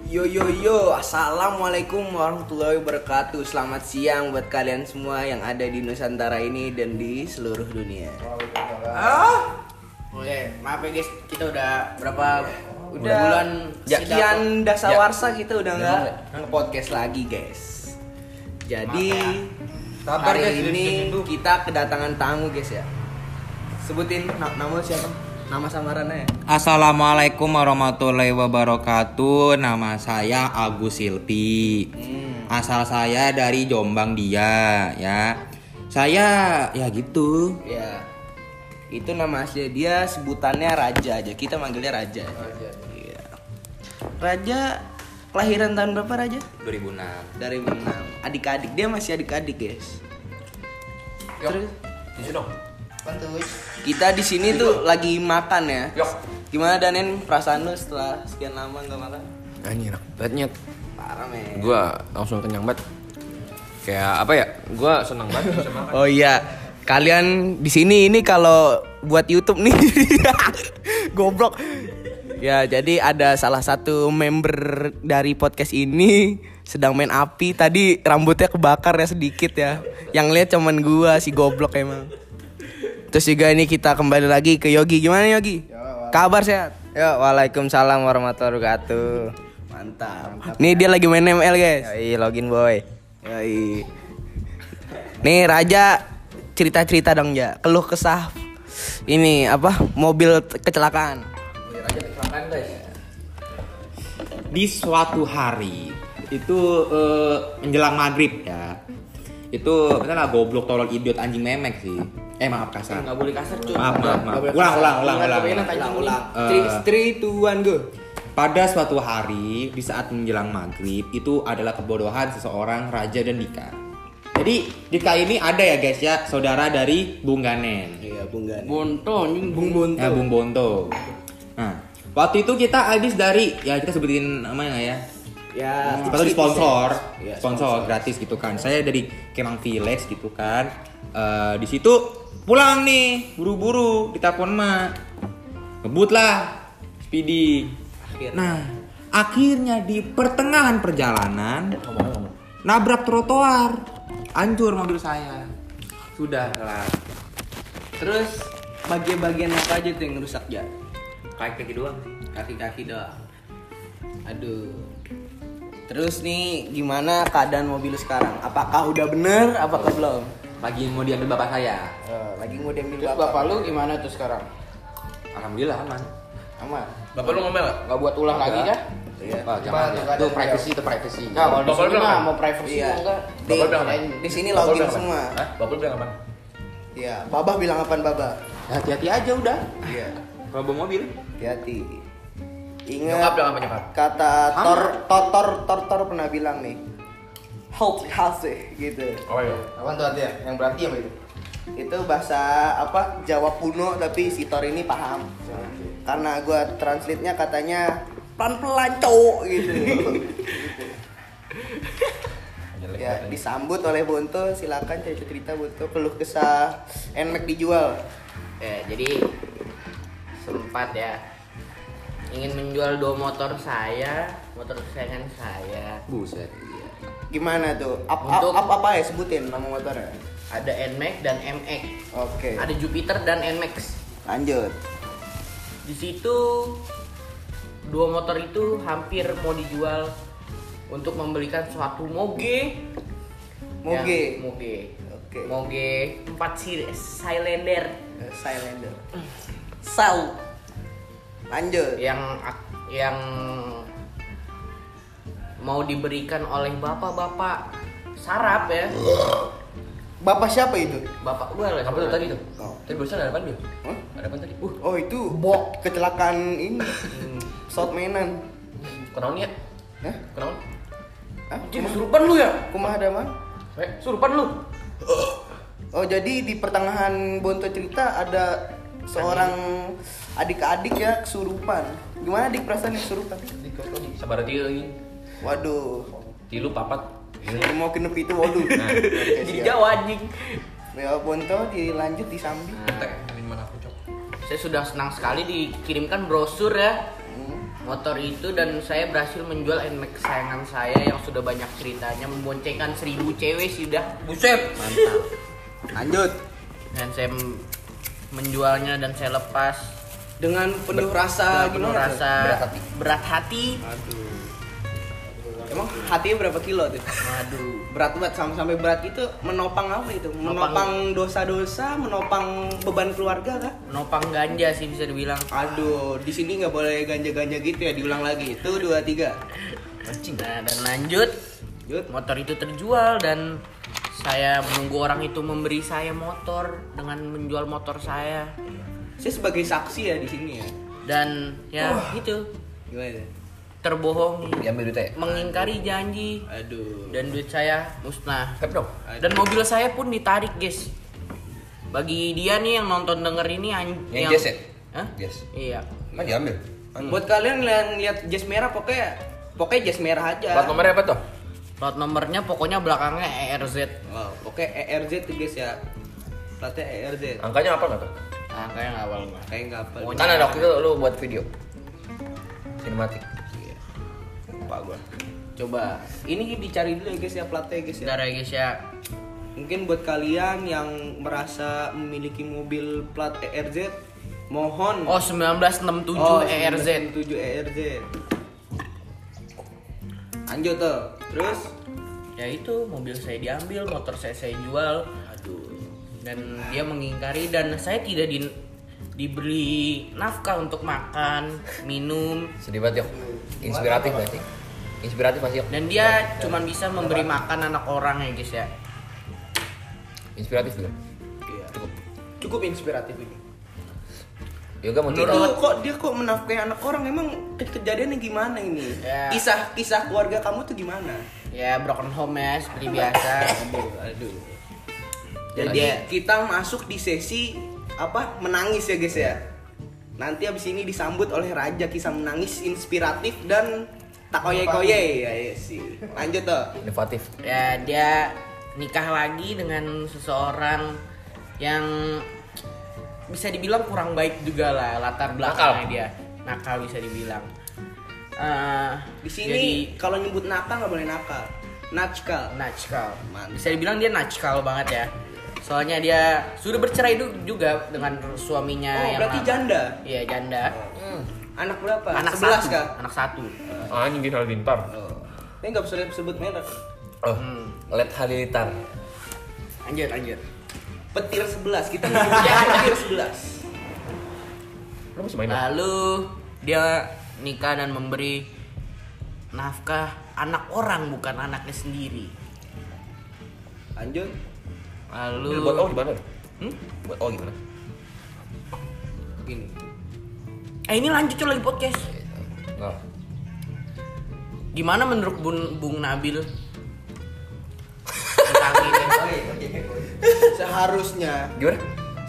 Yo, assalamualaikum warahmatullahi wabarakatuh. Selamat siang buat kalian semua yang ada di Nusantara ini dan di seluruh dunia. Oke, maaf ya guys, kita udah berapa Udah sekian dasawarsa kita udah nggak nge-podcast lagi guys. Jadi hari ini kita kedatangan tamu guys ya. Sebutin nama siapa? Nama samarannya ya? Assalamualaikum warahmatullahi wabarakatuh. Nama saya Agus Silpi. Asal saya dari Jombang dia ya. Saya ya gitu. Ya. Itu nama asli dia, sebutannya Raja aja. Kita manggilnya Raja. Iya. Raja kelahiran tahun berapa Raja? 2006. Dari 2006. Adik-adik dia masih adik-adik guys. Terus Tisu dong. kita di sini tuh lagi makan ya. Gimana Danen perasaan lu setelah sekian lama nggak makan? Anjir, enak banget nyet. Parah men. Gua langsung kenyang banget. Kayak apa ya? Gua senang banget bisa makan. Oh iya, kalian di sini ini kalau buat YouTube nih goblok. Ya, jadi ada salah satu member dari podcast ini sedang main api. Tadi rambutnya kebakar ya sedikit ya. Yang lihat cuman gua si goblok emang. Terus juga ini kita kembali lagi ke Yogi. Gimana Yogi? Kabar sehat? Yo, waalaikumsalam warahmatullahi wabarakatuh. Mantap. Nih dia lagi main ML guys. Yoi, login boy. Yoi. Nih Raja cerita-cerita dong ya. Keluh kesah ini apa? Mobil kecelakaan. Di suatu hari itu menjelang maghrib ya. Itu misalnya goblok tolol idiot anjing memek sih. Maaf kasar. Enggak boleh kasar cuy. Maaf. Ulang. 3, 2, 1 go. Pada suatu hari di saat menjelang maghrib itu adalah kebodohan seseorang Raja dan Dika. Jadi Dika ini ada ya guys ya, saudara dari Bung Ganen. Iya, Bung Ganen. Bonto anjing. Bung Bonto. Ya, Bung Bonto. Nah, waktu itu kita habis dari ya kita sebutin namanya ya. Ya, Kita tuh sponsor, Ya, sponsor gratis gitu kan. Saya dari Kemang Village gitu kan. Di situ pulang nih, buru-buru ditelepon emak. Ngebut lah, Speedy. Nah, akhirnya di pertengahan perjalanan nabrak trotoar, hancur mobil saya. Sudah lah. Terus bagian-bagian apa aja tuh yang rusak ya? Kaki doang sih. Kaki-kaki doang. Aduh. Terus nih gimana keadaan mobil lu sekarang? Apakah udah bener? Apakah belum? Lagi mau diambil bapak saya. Lagi mau diambil Terus bapak lu gimana tuh sekarang? Alhamdulillah aman. Aman. Bapak lu ngomel enggak buat ulang lagi kah? Iya. Jangan. Itu privacy. Enggak, kalau di Bapak sini bilang mah apa? mau privacy Iya. enggak. Bapak bilang apa? Di sini Bapak login bilang apa? semua. Hah? Bapak bilang apa? Iya. Babah bilang apaan Babah? Hati-hati aja udah. Iya. Kalau bawa mobil. Hati-hati. Nyokap Ingat bilang apa nyokap? kata Tor pernah bilang nih. Halt gitu. Oh iya. Apaan tuh artinya? Yang berarti apa itu? Itu bahasa apa Jawa kuno tapi si Tor ini paham. Karena gua translate-nya katanya pelan-pelan cowok gitu. Ya, disambut oleh Bonto, silakan cerita Bonto keluh kesah NMAX dijual. Ya, jadi sempat ya ingin menjual 2 motor kesayangan saya. Buset. Gimana tuh? Untuk- Apa ya sebutin nama motornya? Ada NMAX dan MX. Oke. Ada Jupiter dan NMAX. Lanjut. Di situ 2 motor itu hampir mau dijual untuk membelikan suatu moge. Moge. Oke. Moge 4 cylinder Cylinder. Sal. Lanjut. yang mau diberikan oleh bapak-bapak sarap ya. Bapak siapa itu? Bapak gua lah. Apa tuh tadi tuh? Oh. Tadi barusan ada apaan, Bil? Hah? Ada apaan tadi? Oh itu kecelakaan ini. Pesawat mainan. Kenaon ya? Hah? Kenaon? Jadi surupan lu ya? Kumaha ada man? Surupan lu. Oh jadi di pertengahan Bonto cerita ada seorang adik-adik ya kesurupan. Gimana dik perasaan yang kesurupan? Sabar dia lagi. Waduh. Tilu papat. Mau kena itu waduh. Jadi Jawa anjing. Ya Bonto dilanjut disambi. Tek, minuman aku cok. Saya sudah senang sekali dikirimkan brosur ya. motor itu dan saya berhasil menjual NMAX kesayangan saya yang sudah banyak ceritanya, memboncengkan 1000 cewek sudah. Buset. Mantap. Lanjut. Dan saya menjualnya dan saya lepas Dengan penuh rasa dengan penuh gimana tuh? rasa berat hati. Aduh. Emang hatinya berapa kilo tuh? Waduh. Berat banget sampai berat itu menopang apa itu? Menopang dosa-dosa, menopang beban keluarga kah? Menopang ganja sih bisa dibilang. Aduh, di sini nggak boleh ganja-ganja gitu ya, diulang lagi. Itu 2 3. Nah, dan lanjut, motor itu terjual dan saya menunggu orang itu memberi saya motor dengan menjual motor saya. Saya sebagai saksi ya di sini ya. Dan ya itu Gimana? terbohongi, Diambil duitnya ya? mengingkari janji Aduh. dan duit saya musnah. Tep dong. Dan mobil saya pun ditarik, guys. Bagi dia nih yang nonton denger ini Yang Jazz ya? Hah? Jazz. Iya. Kan diambil. Buat kalian lihat jas merah pokoknya jas merah aja. Plat nomornya apa tuh? Plat nomornya pokoknya belakangnya ERZ. Oh, pokoknya ERZ tuh guys ya. Platnya ERZ. Angkanya apa nggak tuh? Kayak nggak awal mah. Kayak nggak apa. Pokoknya- Kan ada waktu itu lu buat video sinematik. Lupa gua. Coba ini dicari dulu ya guys ya platnya guys ya. Bentar ya guys ya. Mungkin buat kalian yang merasa memiliki mobil plat ERZ, mohon. Oh 1967 ERZ. 7 ERZ. Lanjut tuh. Terus Ya itu mobil saya diambil, motor saya jual. aduh. Dan dia mengingkari dan saya tidak diberi nafkah untuk makan, minum. Sedih banget, Yok. Inspiratif berarti. Inspiratif Mas Yok. Dan dia cuma bisa memberi makan anak orang ya guys ya. Inspiratif juga. Iya. Cukup inspiratif ini. Yoga mau cerita. Menurut kok dia kok menafkahi anak orang, emang kejadiannya gimana ini? Ya. Kisah keluarga kamu tuh gimana? Ya broken home ya seperti biasa. Aduh. Jadi Jadi kita masuk di sesi apa? Menangis ya guys ya. Nanti abis ini disambut oleh Raja kisah menangis inspiratif dan tak koye-koye ya sih. Lanjut tuh. Inovatif. ya dia nikah lagi dengan seseorang yang bisa dibilang kurang baik juga lah latar belakangnya dia. Nakal bisa dibilang. Di sini kalau nyebut nakal nggak boleh nakal. Natskal. Natskal. Mantap. Bisa dibilang dia natskal banget ya. Soalnya dia sudah bercerai juga dengan suaminya Oh, yang berarti lama. janda. Iya, janda. Anak berapa? Anak 11 satu. kah? Anak satu. Anjing di Halilintar. Oh. Ini nggak bisa sebut merek. Oh, Let Halilintar. Lanjut. Petir 11. Kita menyebutnya petir 11. Lu masih main? Lalu dia nikah dan memberi nafkah anak orang bukan anaknya sendiri. Lanjut. Lalu Lu buat oh gimana? Hmm? Buat oh gimana? Gini. ini lanjut tuh lagi podcast. Enggak. Gimana menurut Bung Nabil? Tentang ini. Seharusnya Gimana?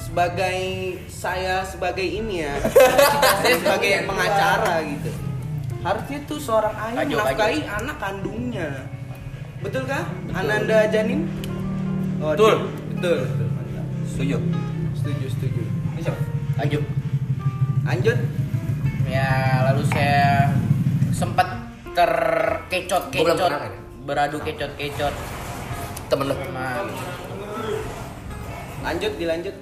sebagai ini ya. Saya sebagai pengacara gitu. Harusnya tuh seorang ayah Lanjut, menafkahi anak kandungnya. Betul kah? Ananda Janin? Oh, Betul. Betul. Mantap. Setuju. Setuju. Ini siapa? Lanjut. Ya lalu saya sempat Gua belum terkecot-kecot, pernah, kan? beradu kecot-kecot. Temen lu. Nah, Dilanjut.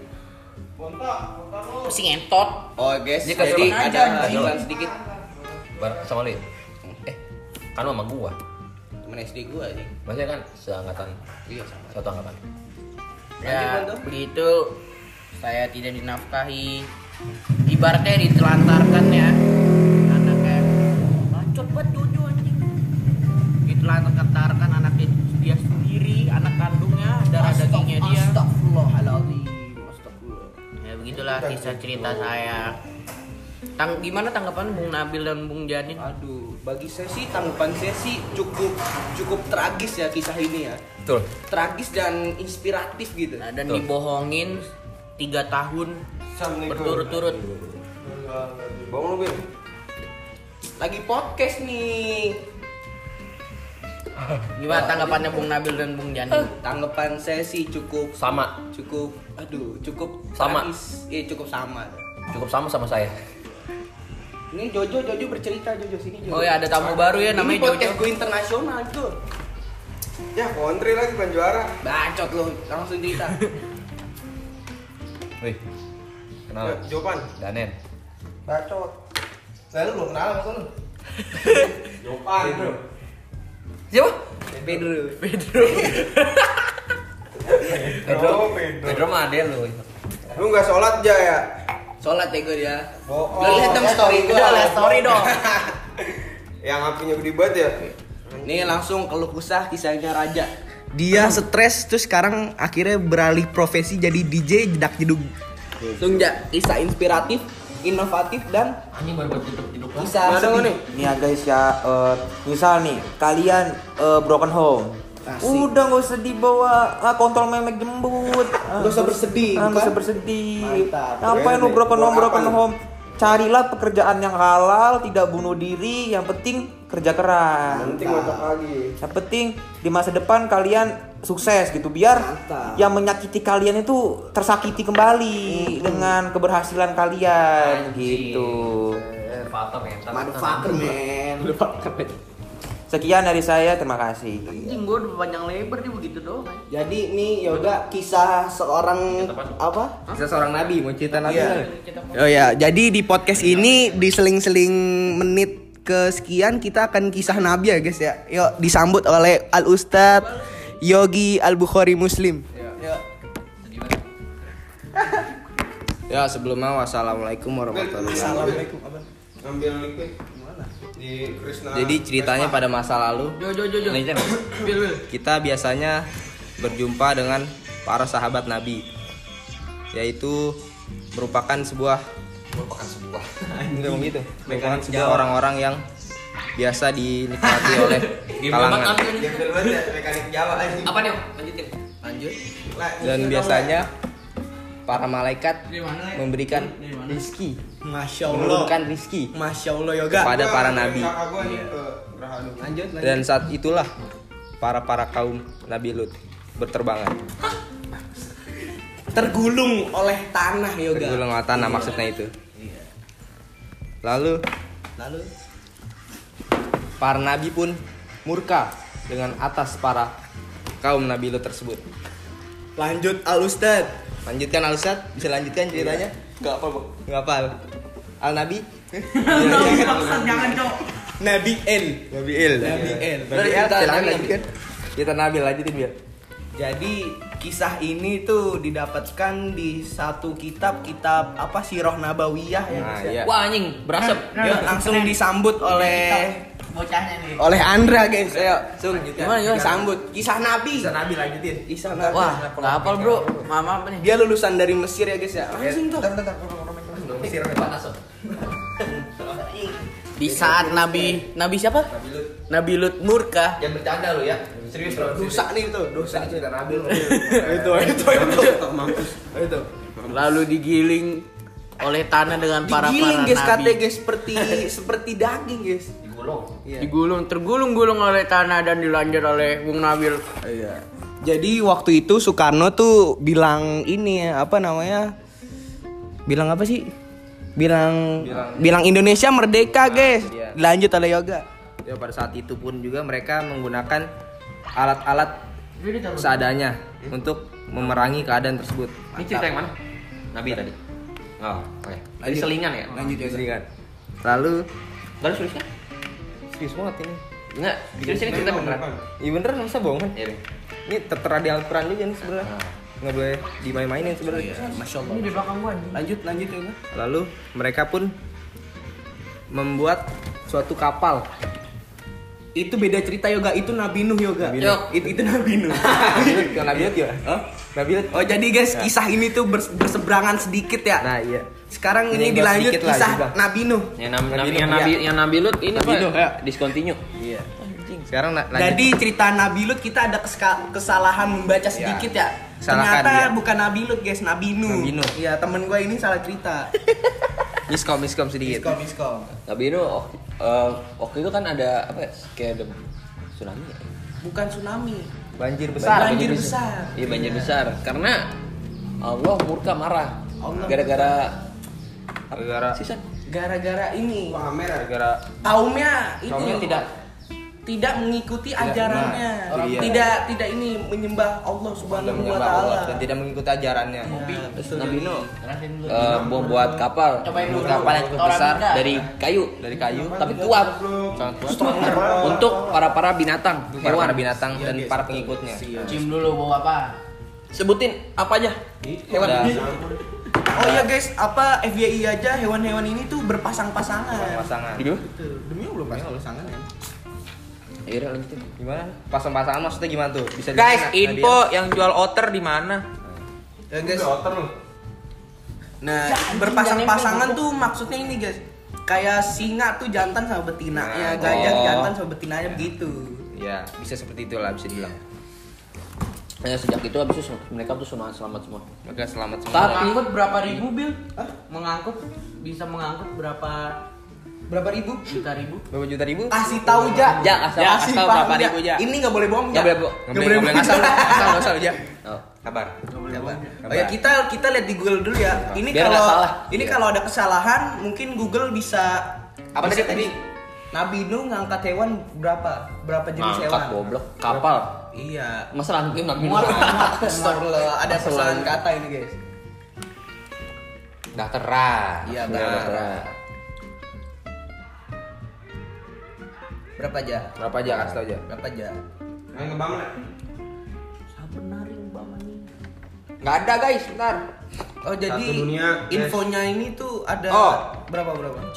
mesti ngentot. Oh, guys. Dia kasih Jadi makan ada aja, iklan anjing. sedikit. Sama lu ya? Kan lu sama gua. Temen SD gua nih. Maksudnya kan seangkatan. Iya sama. Satu angkatan. Lanjut, Ya Bang, tuh. begitu saya tidak dinafkahi, ibaratnya ditelantarkan ya. Anaknya bacot banget Jojo anjing. Ditelantarkan anaknya dia sendiri, anak kandungnya, darah dagingnya dia. Astagfirullahaladzim. Ya begitulah kisah cerita saya. Gimana tanggapan Bung Nabil dan Bung Janin? Aduh, bagi saya sih tanggapan saya sih cukup tragis ya kisah ini ya. Betul. Tragis dan inspiratif gitu. Nah, dan Betul. dibohongin 3 tahun berturut-turut. Bangun lu, Bil. Lagi podcast nih. Gimana tanggapannya Bung Nabil dan Bung Janin? Tanggapan saya sih cukup Sama. cukup Sama. tragis. Cukup sama. Cukup sama saya. Ini Jojo bercerita sini Jojo. Oh ya, ada tamu baru ya namanya Ini podcast Jojo. gue internasional itu. Ya country lagi bukan juara. Bacot lu, langsung cerita. Wih. Kenal. Jawaban. Danen. Bacot. Saya lu belum kenal sama lu. Jawaban bro. Siapa? Pedro. Pedro mah ada lu. Lu nggak sholat aja ya? Sholat ya gue dia. Oh, Lu lihat dong story gue. Lihat story dong. Yang apinya gede banget ya? Nih langsung keluh kesah kisahnya Raja. Dia stres terus sekarang akhirnya beralih profesi jadi DJ jedak jedug. Langsung kisah inspiratif, inovatif dan Anjing baru jeduk kisah Ada nggak sedih. nih? Nih ya guys ya, misal nih kalian broken home, Asik. udah nggak usah dibawa kontrol memek jembut, Nggak usah bersedih, nggak usah bukan? bersedih. Mantap. Ngapain lu Keren nih. broken Buat apa home? Carilah pekerjaan yang halal, tidak bunuh diri, yang penting kerja keras. Nanti ngotot lagi. Yang penting di masa depan kalian sukses gitu, biar Mantap. yang menyakiti kalian itu tersakiti kembali dengan keberhasilan kalian gitu. Motherfucker man. Sekian dari saya, terima kasih. Anjing gue udah panjang lebar dia begitu doang. Jadi nih Yoga kisah seorang apa? Kisah seorang nabi, mau cerita nabi Iya. nggak? Oh ya, jadi di podcast ini di seling-seling menit kesekian kita akan kisah nabi ya guys ya. Yuk disambut oleh Al Ustadz Yogi Al Bukhari Muslim. Ya sebelumnya wassalamualaikum warahmatullahi wabarakatuh. Assalamualaikum. Ambil liquid. Di Krishna. Jadi ceritanya pada masa lalu Jo. Nih, Cem. Bil. kita biasanya berjumpa dengan para sahabat Nabi, yaitu merupakan sebuah enggak begitu, merupakan sebuah orang-orang yang biasa dinikmati oleh kalangan Gembel banget ya mekanik Jawa aja. Apa nih? Lanjutin. Lanjut. dan biasanya para malaikat Di mana? memberikan Di mana? rizki, Masya Allah. menurunkan rizki Masya Allah Yoga. kepada para nabi. Kakak gua nih ke Gerahadi. Lanjut. Dan saat itulah para kaum Nabi Lut berterbangan. Tergulung oleh tanah Yoga. Tergulung oleh tanah maksudnya itu. Lalu para nabi pun murka dengan atas para kaum Nabi Lut tersebut. Lanjut Al Ustadz. Lanjutkan Al Ustadz, bisa lanjutkan ceritanya? Enggak apa, Bu. Enggak apa. Al Nabi? Jangan cok. Nabi N. Nabi Il. Nabi L. Nabi Il, silakan lanjutkan. Kita Nabi lanjutin biar. Jadi kisah ini tuh didapatkan di satu kitab apa Sirah Nabawiyah ya. Nah, guys ya. iya. Wah anjing berasap. Yuk langsung disambut oleh Bocahnya nih. Andra guys. Ayo, sung. Gimana? Sambut kisah Nabi. Bisa Nabi lanjutin. Kisah Nabi. Wah, nggak hafal bro. Mama apa nih? Dia lulusan dari Mesir ya guys ya. Langsung tuh. Di saat Nabi siapa? Nabi Lut murka. Jangan bercanda lu ya. Serius bro. Dosa nih itu, dosa cerita Nabi. Itu. Lalu digiling oleh tanah dengan para Digiling guys nabi. katanya guys seperti daging guys. Iya. Tergulung oleh tanah dan dilanjut oleh Bung Nabil. Iya. Jadi waktu itu Soekarno tuh bilang ini apa namanya? Bilang apa sih? Bilang Indonesia merdeka, guys. iya. Lanjut oleh Yoga. Ya, pada saat itu pun juga mereka menggunakan alat-alat seadanya untuk memerangi keadaan tersebut. Ini cerita yang mana? Nabi tadi. Oh, oke. Jadi selingan ya? Lanjut ya. Seringan. Lalu Baru serius kan? serius banget ini. Enggak, serius ini cerita beneran. Iya beneran, masa bohong kan? Iya. Bang. Ini tertera di Al-Quran juga nih sebenarnya. Nggak boleh dimain-mainin sebenarnya. Masya Allah. Ini di belakang gua. Lanjut Yoga. Lalu mereka pun membuat suatu kapal. Itu beda cerita Yoga, itu Nabi Nuh Yoga. Nabi Nuh. Itu Nabi Nuh. Nabi Lut ya? Nabi Lut. Oh jadi guys, kisah ini tuh berseberangan sedikit ya. Nah iya. Sekarang ini Ini dilanjut sedikit lah, kisah juga. Nabi Nuh. Yang Nabi Lut ini Nabi Nuh, ya. Pak discontinue. Iya. Sekarang lanjut. Jadi cerita Nabi Lut kita ada kesalahan membaca sedikit ya. Salahkan Ternyata dia. bukan Nabi Lut guys, Nabi Nuh. Nabi Nuh. Iya temen gue ini salah cerita. miskom sedikit. Miskom. Nabi itu waktu itu kan ada apa ya? Kayak ada tsunami ya? Bukan tsunami. Banjir besar. Banjir besar. Iya banjir besar karena Allah murka marah Allah gara-gara Gara-gara ini. Gara-gara Kaumnya kaumnya tidak mengikuti ajarannya. nah, itu Tidak ini menyembah Allah Subhanahu wa menyembah taala. Allah dan tidak mengikuti ajarannya. Nabi Nuh membuat kapal, Cobain dulu. kapal yang cukup Orang besar Sunda. dari kayu, Tapi tapi kuat sangat kuat untuk para binatang, para hewan. binatang dan para pengikutnya. Cium dulu bawa apa? Sebutin apa aja hewan. Udah. Oh iya guys, apa FYI aja hewan-hewan ini tuh berpasang-pasangan. Pasangan. Gitu. Demi Allah pasangan kan. Akhirnya lanjutin. Gimana? Pasang-pasangan maksudnya gimana tuh? Bisa Guys, dijelasin, info yang jual otter di mana? Ya guys. Otter lu. Nah, berpasang-pasangan tuh maksudnya ini guys. Kayak singa tuh jantan sama betinanya, gajah jantan sama betinanya begitu. Iya, bisa seperti itulah bisa dibilang. Sejak itu habis itu mereka tuh selamat semua. Maka selamat semua. Tapi Mengangkut berapa ribu, Bil? Mengangkut bisa mengangkut berapa ribu? Juta ribu. Berapa juta ribu? Kasih tahu Ja. kasih tahu berapa Ja. ribu, Ja. Ini enggak boleh bohong, Ja. Nggak boleh ngasal, ngasal aja. oh, Kabar. Coba. Oh ya kita lihat di Google dulu ya. Ini Biar nggak salah. ini kalau ada kesalahan mungkin Google bisa Apa bisa tadi? Nabi Nuh ngangkat hewan berapa? Berapa jenis angkat hewan? goblok kapal. Iya. Masa lanjutin Nabi Nuh? Astagfirullah, ada kesalahan kata ini, guys. Dah terah. Iya, Ya, benar. betul. Berapa aja? Berapa aja kasih tau aja. Berapa aja? Yang ngebangun ya? Nggak ada guys, bentar. Oh, jadi Satu dunia, guys. infonya ini tuh ada Oh. berapa?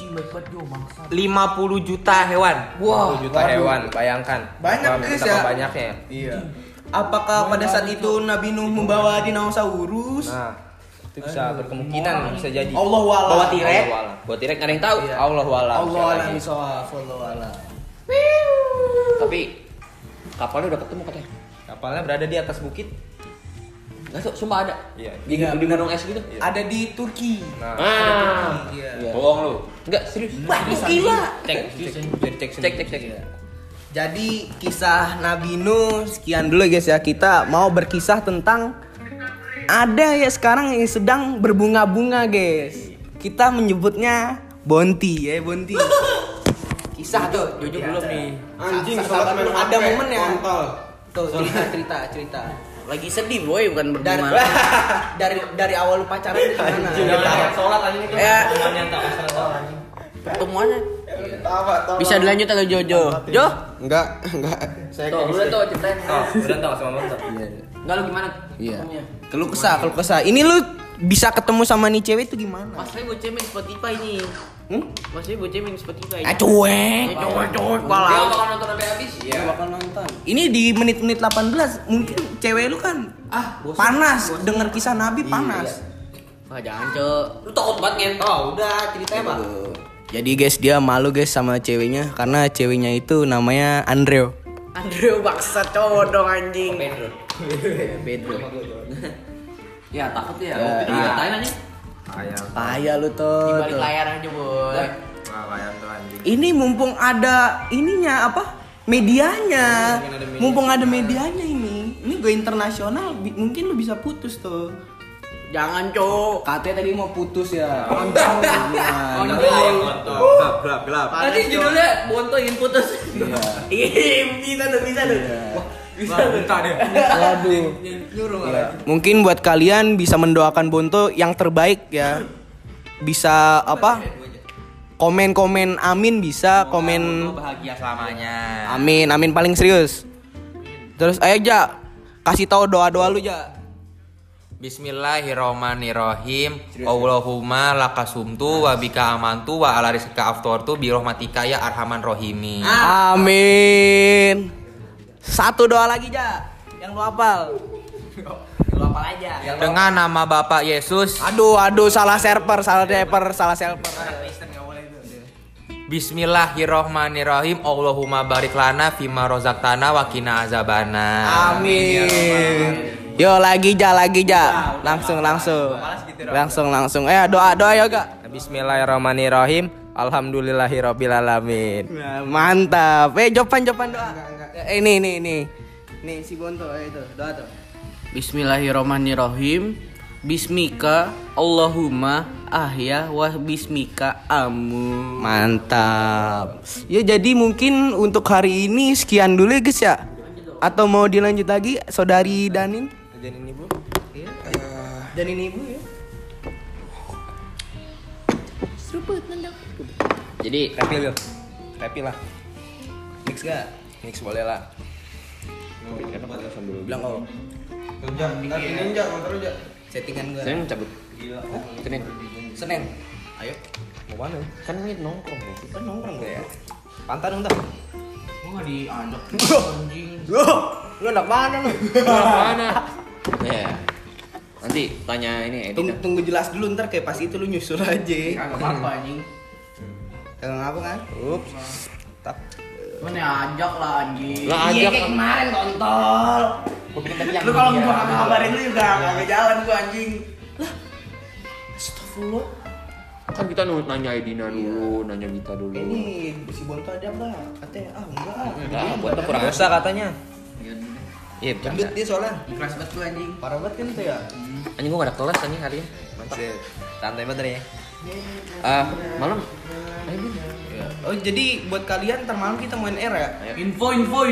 50 juta hewan. Wah, juta hewan, bayangkan. Banyak, Wah, guys, betapa ya. banyaknya. Iya. Apakah pada saat itu Nabi Nuh membawa dinosaurus? Nah, itu bisa berkemungkinan bisa jadi. Allah wa'ala. Bawa tirek. Buat tirek nggak ada yang tahu. Iya. Allah wa'ala. Allah a'lam bishawab. Allah a'lam. Tapi kapalnya udah ketemu katanya. Kapalnya berada di atas bukit. Nggak tuh, sumpah ada. Iya. Di Iya, di gunung es gitu. Ada di Turki. Nah, Iya. Iya. Bohong lu. Enggak, serius. Wah, gila. cek. Jadi kisah Nabi Nuh sekian dulu guys ya. Kita mau berkisah tentang ada ya sekarang yang sedang berbunga-bunga guys. Kita menyebutnya Bonti ya, Bonti. Kisah tuh, Jujur belum nih. Anjing, Sahabat sholat lu main ada HP, momen ya. kontol. Tuh, cerita. Lagi sedih boy, bukan Dari berbunga. dari awal lu pacaran itu gimana? Sholat anjing itu. Ya. Pertemuannya. Bisa dilanjut atau Jojo? Jo? Enggak. Saya Tuh, udah tuh ceritain. Udah tahu sama Bang. Enggak lu gimana? Iya. Ketemunya? Keluh kesah. Ini lu bisa ketemu sama nih cewek itu gimana? Mas saya bocah main Spotify nih. Mas saya bocah main Spotify. Cuek. Ya, cuek. Dia bakal nonton sampai habis. Iya. Bakal nonton. Ini di menit-menit 18 mungkin cewek lu kan panas denger kisah Nabi panas. Wah, jangan, Cok. Lu takut banget ngentot. Udah ceritanya Pak. Jadi guys dia malu guys sama ceweknya karena ceweknya itu namanya Andreo. Andrew baksa cowok dong anjing. Pedro. Ya takut ya. Ceritain aja. Payah lu tuh. Di balik layar aja, Boy. Kayak tuh anjing. Ini mumpung ada ininya apa? Medianya. Mumpung ada medianya ini. Ini gue internasional mungkin lu bisa putus tuh. Jangan, Cok. Katanya tadi mau putus ya. Gelap. Tadi judulnya Bonto ingin putus. Iya. Bisa tuh. Bisa tuh. Waduh. Mungkin buat kalian bisa mendoakan Bonto yang terbaik ya. Bisa apa? Komen amin bisa, komen Bahagia selamanya. amin paling serius. Terus ayo Ja, kasih tahu doa-doa lu Ja. Bismillahirrahmanirrahim. Allahumma lakasumtu wa bika amantu wa ala rizqika aftortu bi rahmatika ya arhaman rahimi. Amin. Satu doa lagi Ja, yang lu hafal. Lu apa aja? Dengan nama Bapak Yesus. Aduh, salah server. Bismillahirrahmanirrahim. Allahumma barik lana fima rozaktana wa qina azabana. Amin. Yo lagi Ja. Langsung. Doa yoga. Bismillahirrahmanirrahim. Alhamdulillahirobbilalamin. Nah, mantap. Jawaban doa. Ini. Nih si Bonto itu doa tuh. Bismillahirrahmanirrahim. Bismika Allahumma ahya wa bismika amu. Mantap. Ya jadi mungkin untuk hari ini sekian dulu ya guys ya. Atau mau dilanjut lagi saudari Danin? Janin ibu. Iya. Danin ibu ya. Jadi Happy lah. Mix gak? Mix boleh lah. Bilang oh. Tunjak, ini jak motor jak. Settingan gue. Senin cabut. Senin. Senin. Ayo. Mau mana? Kan ini nongkrong ya. Kita nongkrong gue ya. Pantan dong dah. Gua enggak diajak anjing. Lu anak mana lu? Mana? Ya. Nanti tanya ini Tunggu, Edina. tunggu jelas dulu ntar kayak pas itu lu nyusul aja. Kagak apa-apa anjing. Kagak apa kan? Ups. Tak. Mana ajak lah anjing. Lah Iya ajak. kayak kemarin kontol. Lu kalau gua kagak kabarin lu juga kagak jalan gua anjing. Lah. Astagfirullah. Kan kita nanya Edina dulu, nanya Gita dulu. Ini si Bonto ada enggak? Katanya enggak. Enggak, buat tuh kurang Dosa katanya. Iya, Gendut dia soalnya. Ikhlas banget gua anjing. Parah banget kan tuh ya. Anjing gua gak ada kelas anjing hari ini. Mantap. Santai banget ya. Malam. Ayo Bin. Oh jadi buat kalian ntar malam kita main R ya? Info.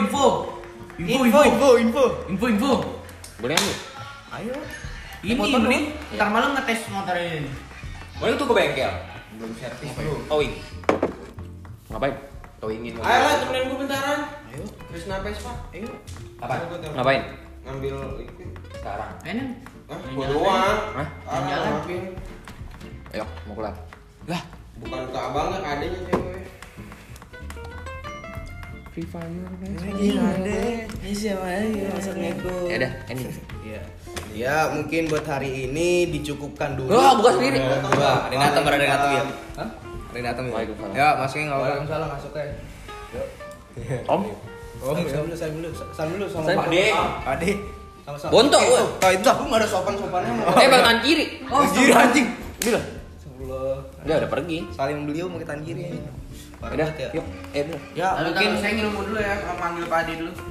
Info. Boleh ambil? Ayo. Ini Motor nih, ntar malam ngetes motor ini. Boleh tuh ke bengkel. Belum servis bro. Towing. Ngapain? Towingin. Ayo lah temenin gue bentaran. Ayo. Krisna Vespa. Ayo. Apa? Ngapain? Ngambil itu. Sekarang. Enak. Hah? Gua doang. Hah? Jalan. Ngapain? Ayo, mau kelar. Lah. Bukan ke abangnya, ke adenya cewek. Free Fire. Iya deh. Ini siapa lagi masuk ngikut. Ya udah, ini. Iya. Ya mungkin buat hari ini dicukupkan dulu. Oh, buka sendiri. Ada yang datang, ada yang datang ya. Hah? Ada yang datang ya. Waalaikumsalam. Ya, masukin enggak apa-apa. Waalaikumsalam masuk ya. Om. Oh, salam dulu sama Salam. Pak Ade. Ade. Sama-sama. Bonto, Itu. weh. Oh, itu aku enggak ada sopan-sopannya. Bang tangan kiri. Oh, kiri anjing. Bila. Astagfirullah. Dia udah pergi. Saling beliau mau kita kiri. Parah Udah, banget ya. yuk. Bener. Ya, mungkin saya ngirim dulu ya, panggil Pak Adi dulu.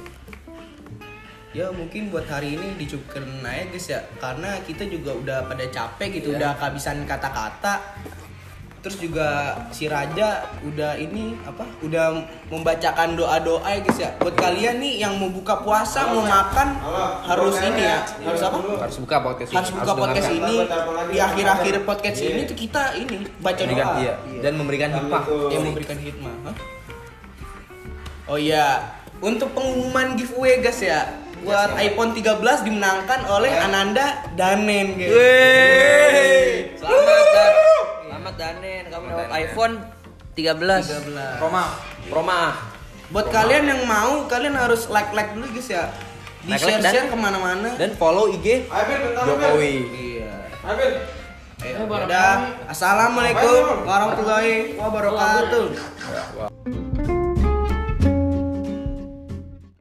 ya mungkin buat hari ini dicukupkan aja guys ya, karena kita juga udah pada capek gitu, udah kehabisan kata-kata. Terus juga si Raja udah ini apa? Udah membacakan doa-doa ya guys ya. Buat kalian nih yang mau buka puasa, mau makan harus ini ya. Harus apa? Harus buka podcast ini. Harus buka podcast ini. Di akhir-akhir podcast ini tuh kita ini baca doa. Iya. Dan memberikan hikmah. Yang memberikan hikmah. Hah? Oh iya, untuk pengumuman giveaway guys ya, buat iPhone 13 dimenangkan oleh Ananda Danen guys. Selamat Danen, kamu dapat iPhone 13. Roma. Buat kalian yang mau, kalian harus like dulu guys ya. Di Like share kemana-mana. Dan follow IG Ayo Ben, bentar Ben. Jokowi. Iya. Ayo Ben. Udah. Assalamualaikum warahmatullahi wabarakatuh.